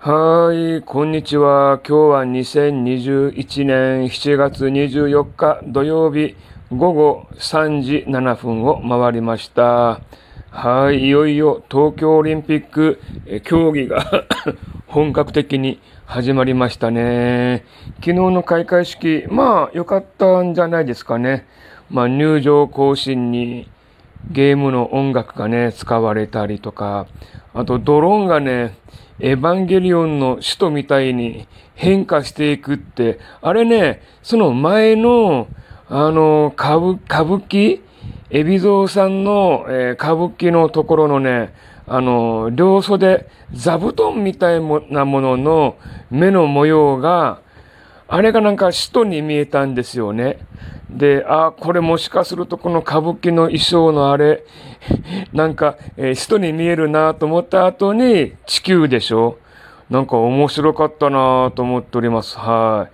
はーい、こんにちは。今日は2021年7月24日土曜日午後3時7分を回りました。はい、いよいよ東京オリンピック競技が本格的に始まりましたね。昨日の開会式、良かったんじゃないですかね。入場行進にゲームの音楽がね、使われたりとか、あとドローンがね、エヴァンゲリオンの使徒みたいに変化していくって、あれね、その前の、歌舞伎海老蔵さんの、歌舞伎のところのね、両袖、座布団みたいなものの目の模様が、あれがなんか使徒に見えたんですよね。で、これもしかするとこの歌舞伎の衣装のあれ、なんか、使徒に見えるなと思った後に地球でしょ。なんか面白かったなと思っております。はい。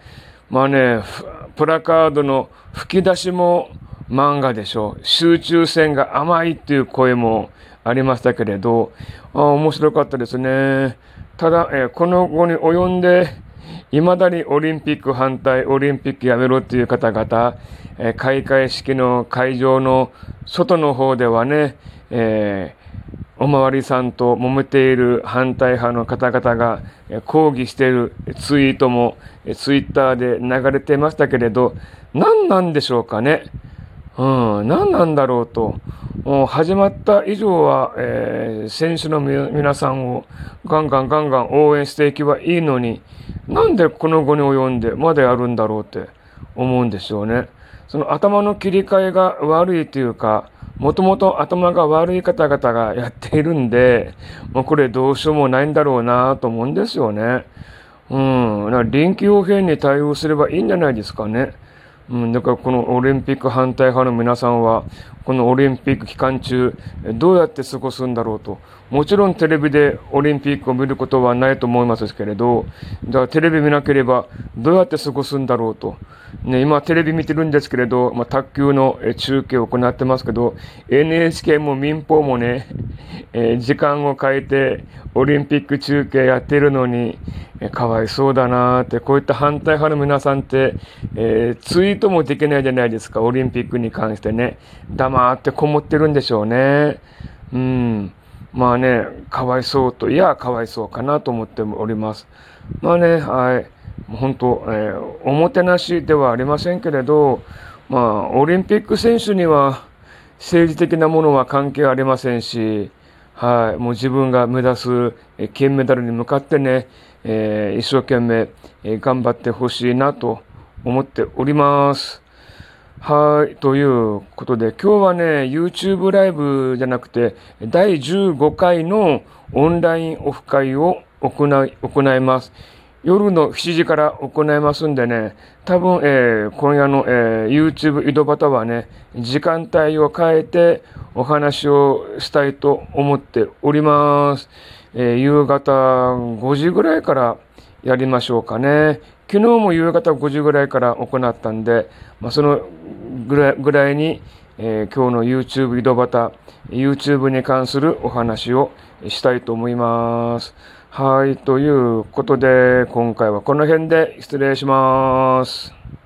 プラカードの吹き出しも漫画でしょ。集中線が甘いっていう声もありましたけれど、面白かったですね。ただ、この後に及んで、未だにオリンピック反対、オリンピックやめろっていう方々、開会式の会場の外の方ではね、おまわりさんと揉めている反対派の方々が抗議しているツイートもツイッターで流れてましたけれど、何なんでしょうかね。何なんだろうと。もう始まった以上は、選手の皆さんをガンガン応援していけばいいのに、なんでこの後に及んでまだやるんだろうって思うんですよね。その頭の切り替えが悪いというか、もともと頭が悪い方々がやっているんで、もうこれどうしようもないんだろうなと思うんですよね。臨機応変に対応すればいいんじゃないですかね。だからこのオリンピック反対派の皆さんは、このオリンピック期間中、どうやって過ごすんだろうと。もちろんテレビでオリンピックを見ることはないと思いますけれど、だからテレビ見なければどうやって過ごすんだろうと。今テレビ見てるんですけれど、卓球の中継を行ってますけど、NHK も民放もね、時間を変えてオリンピック中継やってるのに、かわいそうだなーって、こういった反対派の皆さんって、ツイートもできないじゃないですか、オリンピックに関してね。黙ってこもってるんでしょうね。かわいそうと、いや、かわいそうかなと思っております。はい。本当、おもてなしではありませんけれど、オリンピック選手には政治的なものは関係ありませんし、はい、もう自分が目指す金メダルに向かってね、一生懸命、頑張ってほしいなと思っております。はい、ということで、今日はね、YouTube ライブじゃなくて、第15回のオンラインオフ会を行います。夜の7時から行いますんでね、多分、今夜の、YouTube 井戸端はね、時間帯を変えてお話をしたいと思っております。夕方5時ぐらいからやりましょうかね。昨日も夕方5時ぐらいから行ったんで、そのぐらいに、今日の YouTube 井戸端、YouTube に関するお話をしたいと思います。はい、ということで、今回はこの辺で失礼します。